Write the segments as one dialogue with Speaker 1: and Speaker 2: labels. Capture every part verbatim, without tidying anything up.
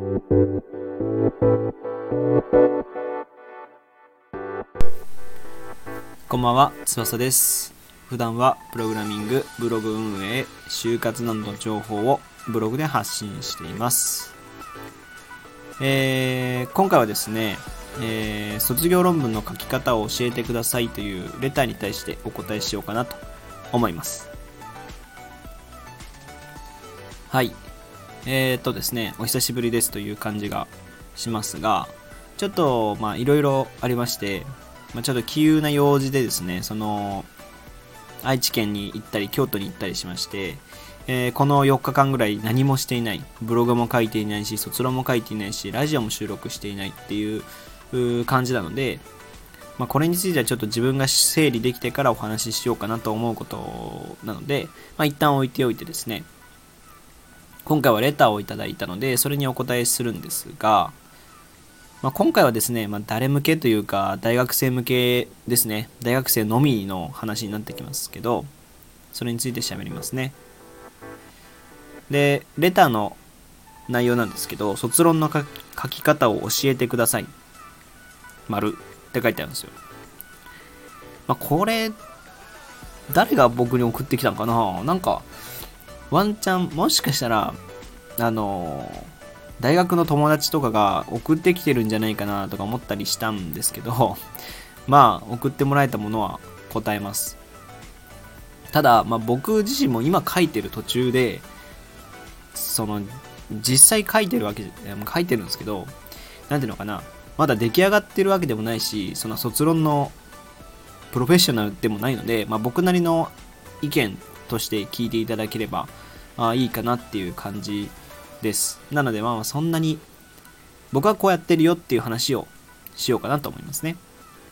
Speaker 1: こんばんは、翼です。普段はプログラミング、ブログ運営、就活などの情報をブログで発信しています。えー、今回はですね、えー、卒業論文の書き方を教えてくださいというレターに対してお答えしようかなと思います。はい。えーとですね、お久しぶりですという感じがしますが、ちょっとまあいろいろありまして、まあ、ちょっと急な用事でですね、その愛知県に行ったり京都に行ったりしまして、えー、このよっかかんぐらい何もしていない、ブログも書いていないし、卒論も書いていないし、ラジオも収録していないっていう感じなので、まあ、これについてはちょっと自分が整理できてからお話ししようかなと思うことなので、まあ、一旦置いておいてですね、今回はレターをいただいたのでそれにお答えするんですが、まあ、今回はですね、まあ、誰向けというか大学生向けですね、大学生のみの話になってきますけど、それについて喋りますね。で、レターの内容なんですけど、卒論の書き方を教えてください丸って書いてあるんですよ。まあ、これ誰が僕に送ってきたのかな。なんかワンチャンもしかしたらあのー大学の友達とかが送ってきてるんじゃないかなとか思ったりしたんですけど、まあ送ってもらえたものは答えます。ただ、まあ、僕自身も今書いてる途中で、その実際書いてるわけ書いてるんですけど、なんていうのかな、まだ出来上がってるわけでもないし、その卒論のプロフェッショナルでもないので、まあ、僕なりの意見として聞いていただければあいいかなっていう感じです。なのでまあそんなに僕はこうやってるよっていう話をしようかなと思いますね。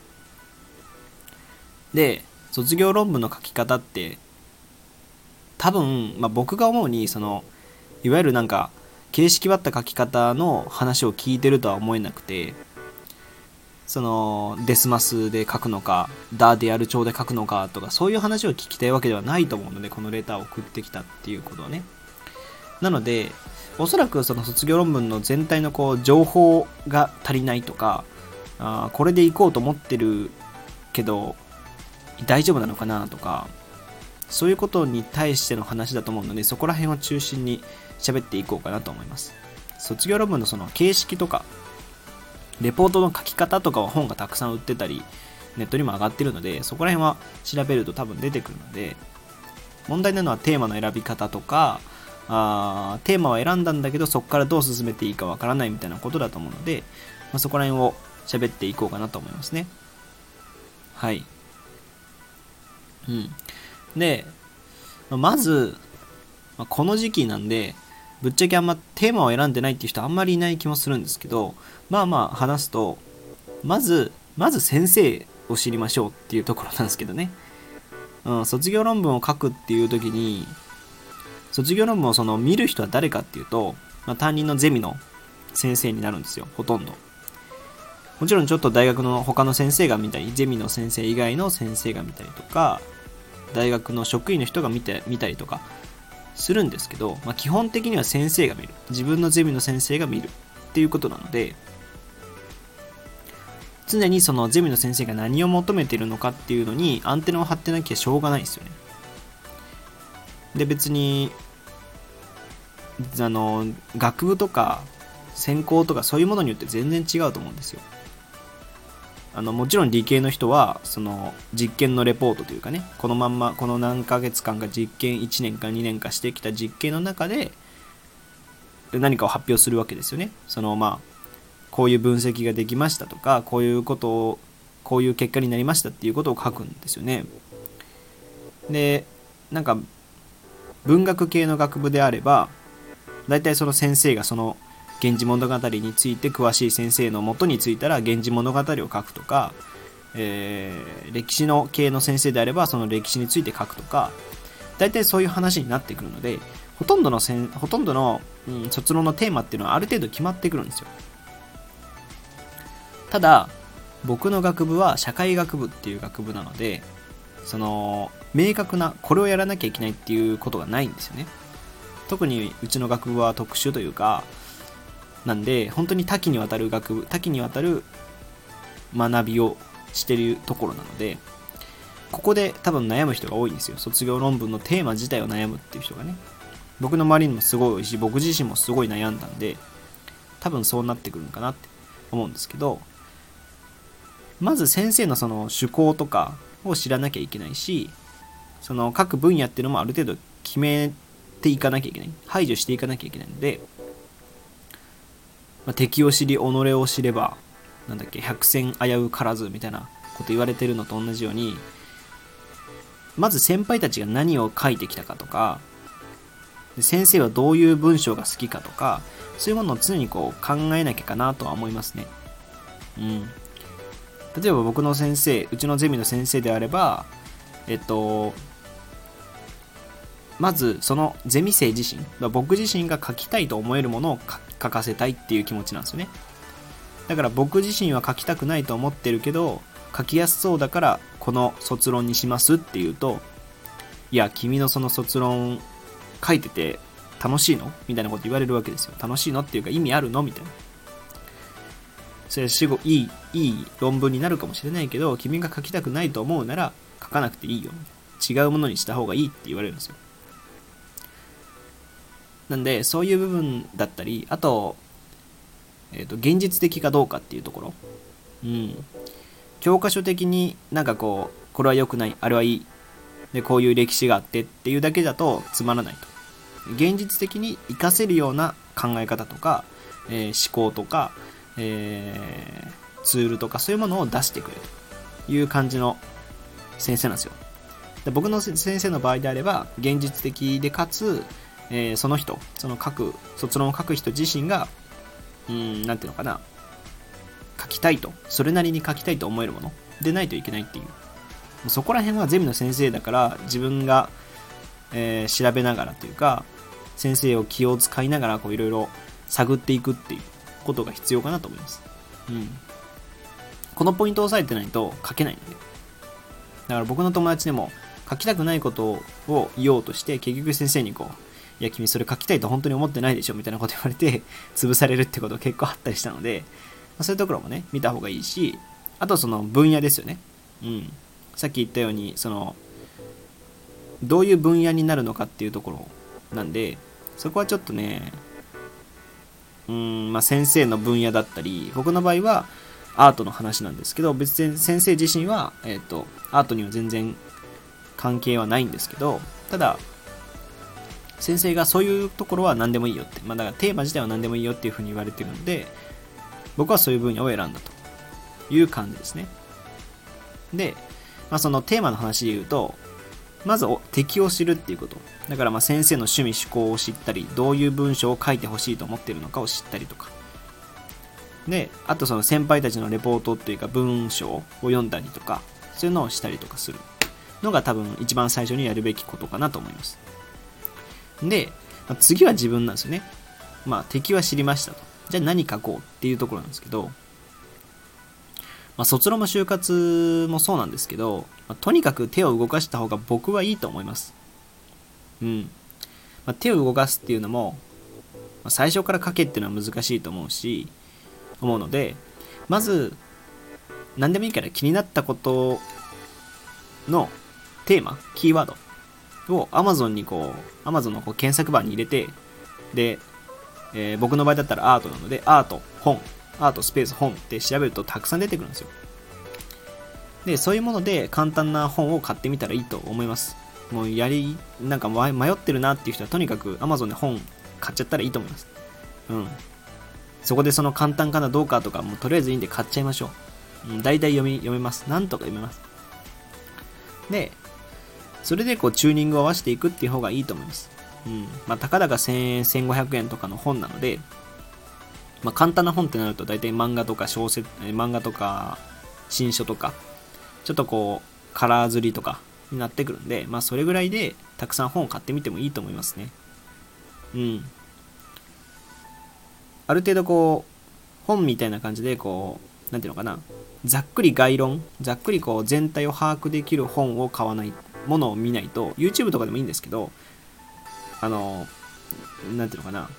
Speaker 1: で、卒業論文の書き方って多分、まあ、僕が思うにそのいわゆるなんか形式ばった書き方の話を聞いてるとは思えなくて、そのデスマスで書くのかダーでやる帳で書くのかとかそういう話を聞きたいわけではないと思うので、このレターを送ってきたっていうことはね。なのでおそらくその卒業論文の全体のこう情報が足りないとか、あこれでいこうと思ってるけど大丈夫なのかなとか、そういうことに対しての話だと思うので、そこら辺を中心に喋っていこうかなと思います。卒業論文のその形式とかレポートの書き方とかは本がたくさん売ってたりネットにも上がってるので、そこら辺は調べると多分出てくるので、問題なのはテーマの選び方とか、あテーマを選んだんだけどそこからどう進めていいかわからないみたいなことだと思うので、まあ、そこら辺を喋っていこうかなと思いますね。はい。うん。で、まず、まあ、この時期なんでぶっちゃけあんまテーマを選んでないっていう人あんまりいない気もするんですけど、まあまあ話すと、まずまず先生を知りましょうっていうところなんですけどね。うん、卒業論文を書くっていう時に、卒業論文をその見る人は誰かっていうと、まあ、担任のゼミの先生になるんですよ、ほとんど。もちろんちょっと大学の他の先生が見たり、ゼミの先生以外の先生が見たりとか、大学の職員の人が見て見たりとかするんですけど、まあ、基本的には先生が見る、自分のゼミの先生が見るっていうことなので、常にそのゼミの先生が何を求めているのかっていうのにアンテナを張ってなきゃしょうがないですよね。で、別にあの学部とか専攻とかそういうものによって全然違うと思うんですよ。あのもちろん理系の人はその実験のレポートというかね、このまんまこの何ヶ月間か実験いちねんかにねんかしてきた実験の中で何かを発表するわけですよね。そのまあこういう分析ができましたとか、こういうことをこういう結果になりましたっていうことを書くんですよね。で、なんか文学系の学部であればだいたいその先生がその源氏物語について詳しい先生の元についたら源氏物語を書くとか、えー、歴史の系の先生であればその歴史について書くとか、だいたいそういう話になってくるので、ほとんどのせんほとんどの、うん、卒論のテーマっていうのはある程度決まってくるんですよ。ただ僕の学部は社会学部っていう学部なので、その明確なこれをやらなきゃいけないっていうことがないんですよね。特にうちの学部は特殊というか、 なんで本当に多岐にわたる学部多岐にわたる学びをしてるところなので、ここで多分悩む人が多いんですよ。卒業論文のテーマ自体を悩むっていう人がね。僕の周りにもすごい多いし、僕自身もすごい悩んだんで、多分そうなってくるのかなって思うんですけど、まず先生のその趣向とかを知らなきゃいけないし、その各分野っていうのもある程度決めていかなきゃいけない、排除していかなきゃいけないので、まあ、敵を知り己を知ればなんだっけ百戦危うからずみたいなこと言われてるのと同じように、まず先輩たちが何を書いてきたかとか、先生はどういう文章が好きかとか、そういうものを常にこう考えなきゃかなとは思いますね。うん。例えば僕の先生、うちのゼミの先生であれば、えっと、まずそのゼミ生自身、僕自身が書きたいと思えるものを書かせたいっていう気持ちなんですよね。だから僕自身は書きたくないと思ってるけど、書きやすそうだからこの卒論にしますっていうと、いや君のその卒論書いてて楽しいのみたいなこと言われるわけですよ。楽しいのっていうか意味あるのみたいな。それはいい、いい論文になるかもしれないけど、君が書きたくないと思うなら書かなくていいよ。違うものにした方がいいって言われるんですよ。なんでそういう部分だったり、あと、えーと、現実的かどうかっていうところ。うん。教科書的になんかこう、これは良くない、あれはいい。で、こういう歴史があってっていうだけだとつまらないと。現実的に活かせるような考え方とか、えー、思考とか、えー、ツールとかそういうものを出してくれるという感じの先生なんですよ。で、僕の先生の場合であれば現実的でかつ、えー、その人、その書く卒論を書く人自身がうーんなんていうのかな、書きたいと、それなりに書きたいと思えるものでないといけないっていう、そこら辺はゼミの先生だから自分が、えー、調べながらというか、先生を気を使いながらこういろいろ探っていくっていうことが必要かなと思います。うん。このポイントを押さえてないと書けないので。だから僕の友達でも書きたくないことを言おうとして結局先生にこう、いや君それ書きたいと本当に思ってないでしょみたいなこと言われて潰されるってこと結構あったりしたので、まあ、そういうところもね見た方がいいし、あとその分野ですよね。うん。さっき言ったようにそのどういう分野になるのかっていうところなんで、そこはちょっとね、うーんまあ先生の分野だったり、僕の場合はアートの話なんですけど、別に先生自身はえっとアートには全然関係はないんですけど、ただ先生がそういうところは何でもいいよって、まあだからテーマ自体は何でもいいよっていうふうに言われてるので、僕はそういう分野を選んだという感じですね。で、まあ、そのテーマの話で言うと、まず敵を知るっていうこと。だからまあ先生の趣味趣向を知ったり、どういう文章を書いてほしいと思っているのかを知ったりとか。で、あとその先輩たちのレポートっていうか文章を読んだりとか、そういうのをしたりとかするのが多分一番最初にやるべきことかなと思います。で、まあ、次は自分なんですよね。まあ敵は知りましたと。じゃあ何書こうっていうところなんですけど、まあ、卒論も就活もそうなんですけど、まあ、とにかく手を動かした方が僕はいいと思います。うん。まあ、手を動かすっていうのも、まあ、最初から書けっていうのは難しいと思うし、思うので、まず、何でもいいから気になったことのテーマ、キーワードを Amazon にこう、Amazon のこう検索バーに入れて、で、えー、僕の場合だったらアートなので、アート、本、アートスペース本って調べるとたくさん出てくるんですよ。で、そういうもので簡単な本を買ってみたらいいと思います。もうやり、なんか迷ってるなっていう人はとにかく Amazon で本買っちゃったらいいと思います。うん。そこでその簡単かなどうかとかもうとりあえずいいんで買っちゃいましょう。うん、大体読み、読めます。なんとか読めます。で、それでこうチューニングを合わせていくっていう方がいいと思います。うん。まあ、たかだかせんえん、せんごひゃくえんとかの本なので、まあ、簡単な本ってなると大体漫画とか小説、漫画とか新書とか、ちょっとこうカラー刷りとかになってくるんで、まあそれぐらいでたくさん本を買ってみてもいいと思いますね。うん。ある程度こう本みたいな感じでこうなんていうのかな、ざっくり概論、ざっくりこう全体を把握できる本を買わない、ものを見ないと、 YouTube とかでもいいんですけど、あのなんていうのかな、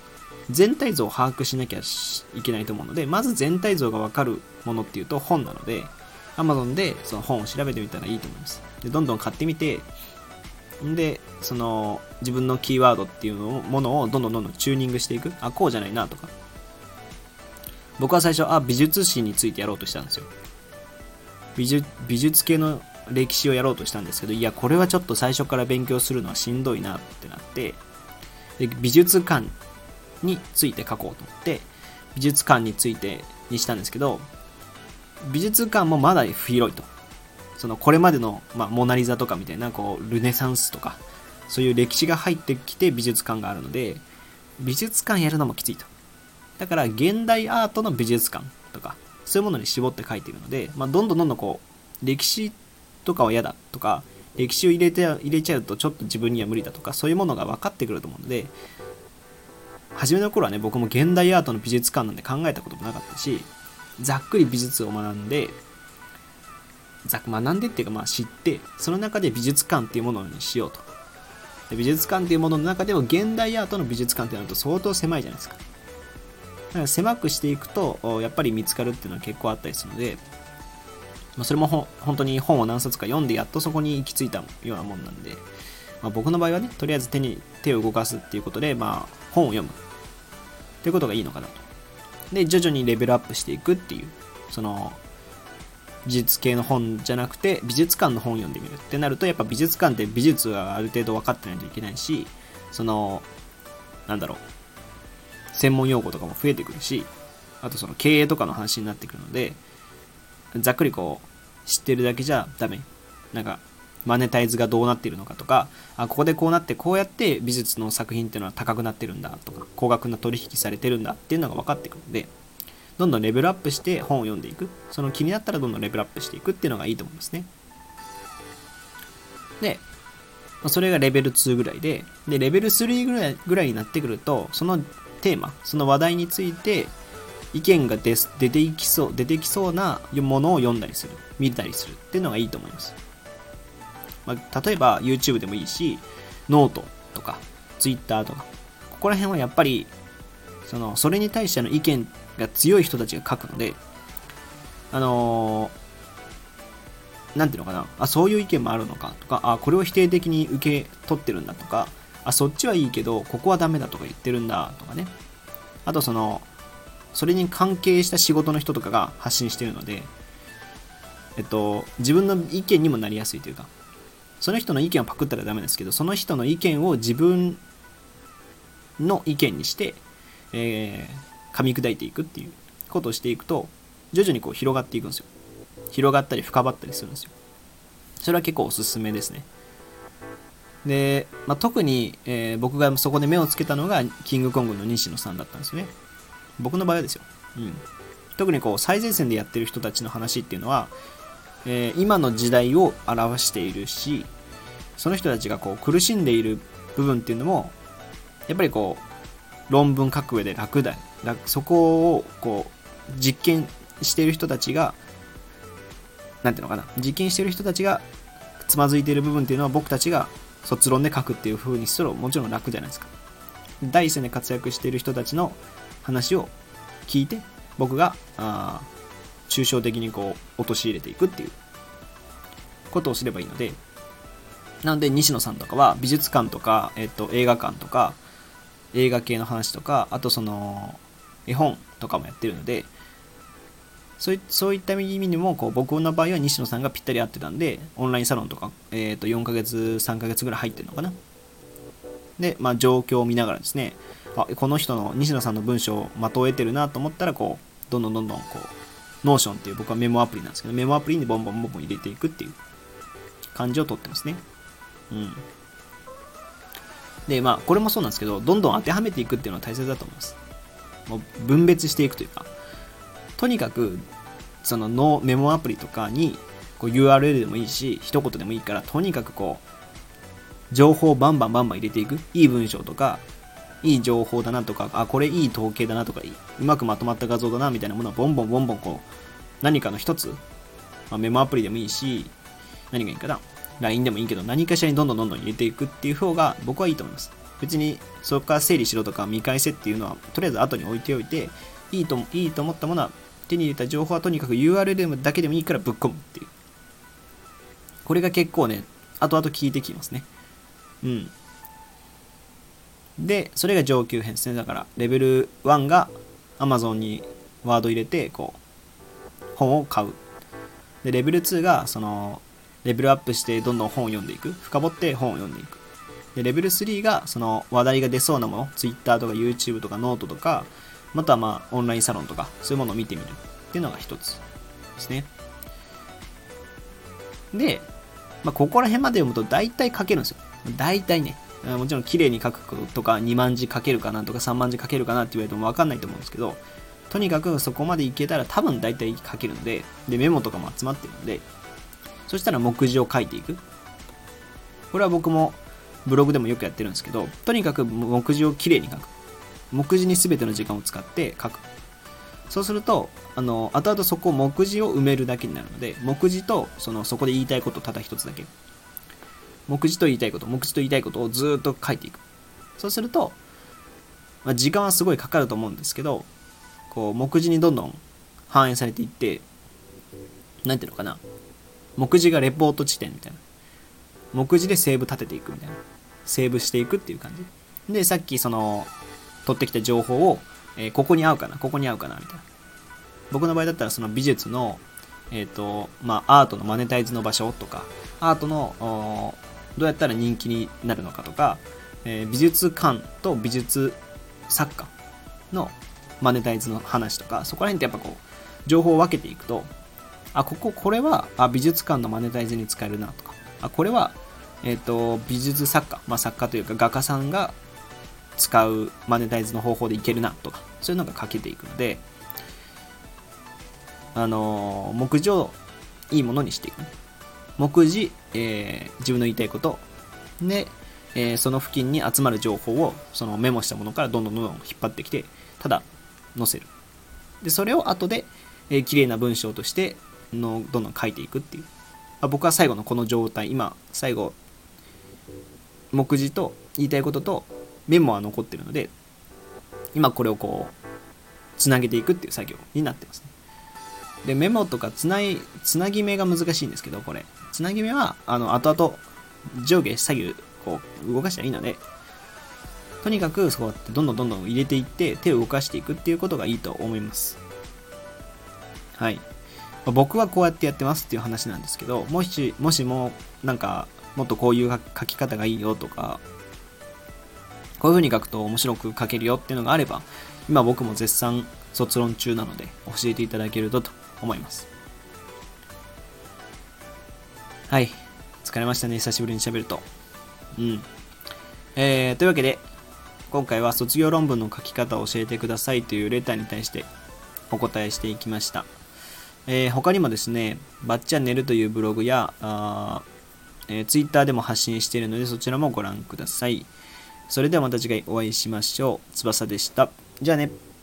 Speaker 1: 全体像を把握しなきゃいけないと思うので、まず全体像がわかるものっていうと本なので、Amazon でその本を調べてみたらいいと思います。でどんどん買ってみて、でその自分のキーワードっていうのをものをどんどんどんどんチューニングしていく。あ、こうじゃないなとか。僕は最初あ美術史についてやろうとしたんですよ。美術美術系の歴史をやろうとしたんですけど、いやこれはちょっと最初から勉強するのはしんどいなってなって、で美術館について書こうと思って美術館についてにしたんですけど、美術館もまだ広いと。そのこれまでの、まあ、モナリザとかみたいなこうルネサンスとかそういう歴史が入ってきて美術館があるので、美術館やるのもきついと。だから現代アートの美術館とかそういうものに絞って書いているので、まあ、どんどんどんどんこう歴史とかは嫌だとか、歴史を入れて入れちゃうとちょっと自分には無理だとか、そういうものが分かってくると思うので、初めの頃はね、僕も現代アートの美術館なんて考えたこともなかったし、ざっくり美術を学んでざ学んでっていうかまあ知って、その中で美術館っていうものにしようと。で美術館っていうものの中でも現代アートの美術館ってなると相当狭いじゃないですか。だから狭くしていくとやっぱり見つかるっていうのは結構あったりするので、まあ、それもほ本当に本を何冊か読んでやっとそこに行き着いたようなもんなんで、まあ、僕の場合はね、とりあえず手に手を動かすっていうことで、まあ本を読むっていうことがいいのかなと。で徐々にレベルアップしていくっていう、その美術系の本じゃなくて美術館の本を読んでみるってなると、やっぱ美術館って美術がある程度分かってないといけないし、そのなんだろう専門用語とかも増えてくるし、あとその経営とかの話になってくるので、ざっくりこう知ってるだけじゃダメ。なんかマネタイズがどうなっているのかとか、あここでこうなってこうやって美術の作品っていうのは高くなってるんだとか、高額な取引されてるんだっていうのが分かってくるので、どんどんレベルアップして本を読んでいく。その気になったらどんどんレベルアップしていくっていうのがいいと思いますね。で、それがレベルツーぐらいで、でレベルスリーぐらいぐらいになってくると、そのテーマ、その話題について意見が 出, 出ていきそう出てきそうなものを読んだりする、見たりするっていうのがいいと思います。まあ、例えば YouTube でもいいし、ノートとか Twitter とか、ここら辺はやっぱりそのそれに対しての意見が強い人たちが書くので、あのー、なんていうのかな、あそういう意見もあるのかとか、あこれを否定的に受け取ってるんだとか、あそっちはいいけどここはダメだとか言ってるんだとかね。あとそのそれに関係した仕事の人とかが発信してるので、えっと自分の意見にもなりやすいというか、その人の意見をパクったらダメですけど、その人の意見を自分の意見にして、えー、噛み砕いていくっていうことをしていくと、徐々にこう広がっていくんですよ。広がったり深まったりするんですよ。それは結構おすすめですね。で、まあ、特に、えー、僕がそこで目をつけたのがキングコングの西野さんだったんですよね。僕の場合はですよ。うん。特にこう最前線でやってる人たちの話っていうのは、えー、今の時代を表しているし、その人たちがこう苦しんでいる部分っていうのもやっぱりこう論文書く上で楽だ、そこをこう実験している人たちがなんていうのかな実験している人たちがつまずいている部分っていうのは僕たちが卒論で書くっていう風にするともちろん楽じゃないですか。第一線で活躍している人たちの話を聞いて僕があ抽象的にこう陥れていくっていうことをすればいいので、なので西野さんとかは美術館とか、えっと、映画館とか映画系の話とか、あとその絵本とかもやってるので、そうい、そういった意味にもこう僕の場合は西野さんがぴったり合ってたんで、オンラインサロンとか、えっとよんかげつさんかげつぐらい入ってるのかな。で、まあ、状況を見ながらですね、あこの人の西野さんの文章を的を得てるなと思ったらこうどんどんどんどんこうノーションっていう僕はメモアプリなんですけど、メモアプリにボンボンボンボン入れていくっていう感じをとってますね。うん。でまあこれもそうなんですけど、どんどん当てはめていくっていうのは大切だと思います。もう分別していくというか、とにかくそのノメモアプリとかにこう ユーアールエル でもいいし一言でもいいから、とにかくこう情報をバンバンバンバン入れていく。いい文章とかいい情報だなとか、あこれいい統計だなとか、うまくまとまった画像だなみたいなものをボンボンボンボンこう何かの一つ、まあ、メモアプリでもいいし何がいいかな、 ライン でもいいけど何かしらにどんどんどんどん入れていくっていう方が僕はいいと思います。 別にそこから整理しろとか見返せっていうのはとりあえず後に置いておいて、いいといいと思ったものは、手に入れた情報はとにかく ユーアールエル だけでもいいからぶっ込むっていう。これが結構ね、後々効いてきますね。うん。で、それが上級編ですね。だから、レベルワンが Amazon にワード入れて、こう、本を買う。で、レベルツーが、その、レベルアップしてどんどん本を読んでいく。深掘って本を読んでいく。で、レベルスリーが、その、話題が出そうなもの、Twitter とか YouTube とかノートとか、またはまあ、オンラインサロンとか、そういうものを見てみるっていうのが一つですね。で、まあ、ここら辺まで読むと大体書けるんですよ。大体ね。もちろん綺麗に書くとかにまん字書けるかなとかさんまん字書けるかなって言われても分かんないと思うんですけど、とにかくそこまでいけたら多分大体書けるので、でメモとかも集まってるので、そしたら目次を書いていく。これは僕もブログでもよくやってるんですけど、とにかく目次を綺麗に書く。目次に全ての時間を使って書く。そうすると、あの後々そこを目次を埋めるだけになるので、目次とそのそこで言いたいことただ一つだけ。目次と言いたいこと、目次と言いたいことをずっと書いていく。そうすると、まあ、時間はすごいかかると思うんですけど、こう目次にどんどん反映されていって、なんていうのかな、目次がレポート地点みたいな。目次でセーブ立てていくみたいな。セーブしていくっていう感じ。で、さっきその、取ってきた情報を、えー、ここに合うかな、ここに合うかな、みたいな。僕の場合だったらその美術の、えっと、まあ、アートのマネタイズの場所とか、アートの、どうやったら人気になるのかとか、えー、美術館と美術作家のマネタイズの話とか、そこら辺ってやっぱこう情報を分けていくと、あ、こここれはあ美術館のマネタイズに使えるなとか、あ、これはえっと美術作家、まあ、作家というか画家さんが使うマネタイズの方法でいけるなとか、そういうのが書けていくので、あのー、目次をいいものにしていく。目次、えー、自分の言いたいことで、えー、その付近に集まる情報をそのメモしたものからどんどんどんどん引っ張ってきて、ただ載せる。でそれを後で、えー、綺麗な文章としてのどんどん書いていくっていう。あ、僕は最後のこの状態、今最後目次と言いたいこととメモは残ってるので、今これをこうつなげていくっていう作業になってますね。でメモとかつないつなぎ目が難しいんですけど、これつなぎ目はあの後々上下左右こう動かしたらいいので、とにかくそうやってどんどんどんどん入れていって手を動かしていくっていうことがいいと思います。はい、まあ、僕はこうやってやってますっていう話なんですけど、もしもしもなんかもっとこういう書き方がいいよとか、こういう風に書くと面白く書けるよっていうのがあれば、今僕も絶賛卒論中なので教えていただけるとと思います。はい、疲れましたね、久しぶりに喋ると。うん。えー、というわけで今回は卒業論文の書き方を教えてくださいというレターに対してお答えしていきました。えー、他にもですね、バッチャンネルというブログやあ、えー、ツイッターでも発信しているので、そちらもご覧ください。それではまた次回お会いしましょう。翼でした。じゃあね。